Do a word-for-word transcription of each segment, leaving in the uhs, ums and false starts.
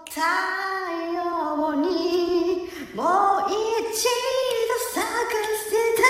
太陽にもう一度咲かせた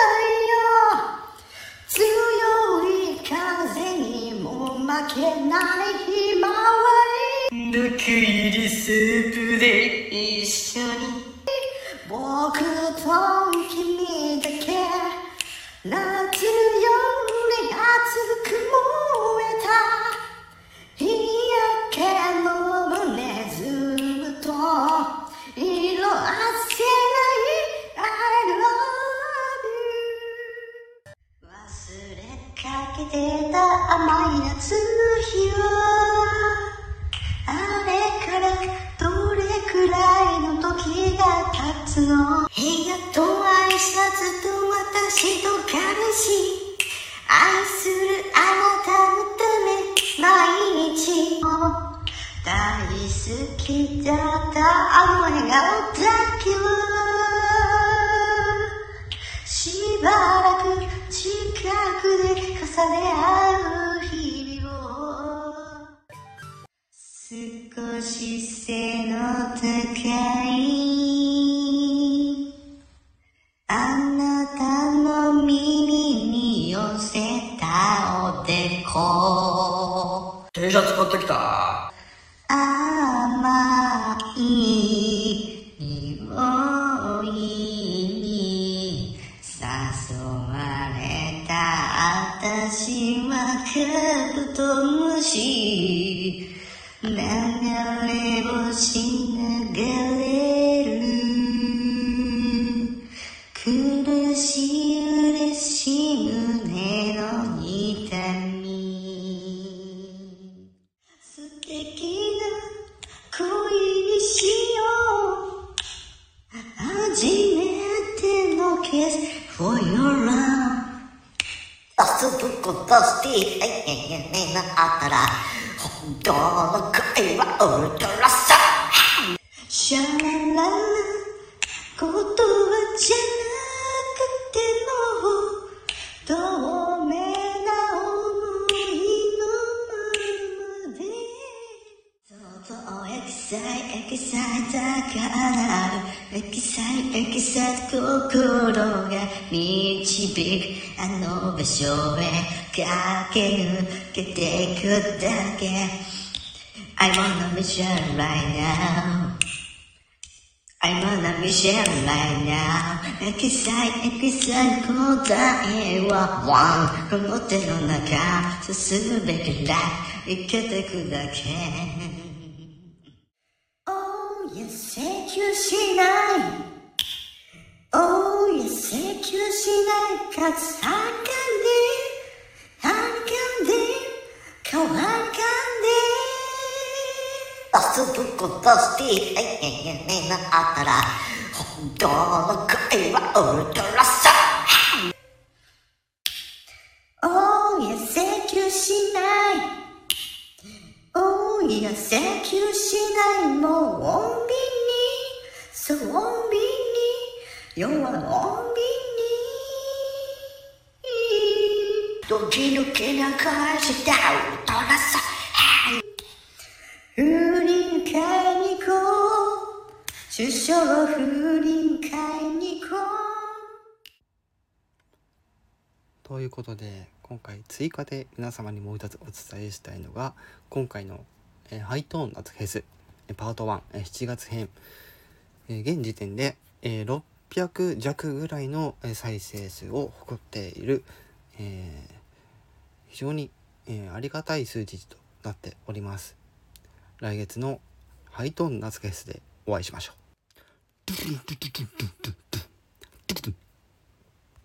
いよ。強い風にも負けないひまわり、毒入りスープで一緒に僕と君だけ夏より熱く燃えた日焼けの胸ずっと色あせない I love you。 忘れかけてた甘い夏の日はあれからどれくらいの時が経つの。部屋と挨拶と私と彼氏、愛するあなたのため毎日大好きだったあの笑顔だけはしばらく近くで重ね合う日々を。少し背の高いあなたの耳に寄せたおでこ、 T シャツ買ってきた。 甘い匂いに誘われた私はカブトムシ、流れ星流れる苦しい嬉しい胸の痛み、素敵な恋にしよう、初めてのキス for your love。 遊ぶことして永遠になったら本当の恋はウルトラサウンド。シャラララ言葉じゃなくても透明な想いのままで、想像エキサイエキサイ高鳴るエキサイエキサイ心が導くあの場所へ駆け抜けてくだけ。 I wanna be sure right now I wanna be sure right now。 エキサイエキサイ答えは One この手の中進むべきライフ生けてくだけ。 Oh yeah 請求しない Oh yeah 請求しないかつはかんではかんでかわかんで遊ぶことして永遠になったら本当の恋はウルトラサウンド。 Oh yeah 請求しない Oh yeah 請求しないもう穏便にそう穏便に弱穏便にドキドキな感じだウルトラサウンド。風鈴買いに行こう、首相風鈴買いに行こう。 ということで今回追加で皆様にもう一つお伝えしたいのが今回の、えー、ハイトーン夏フェスパートワン、えー、しちがつ編、えー、現時点で、えー、ろっぴゃく弱ぐらいの再生数を誇っている、えー、非常に、えー、ありがたい数字となっております。来月のハイトーン夏フェスでお会いしましょう。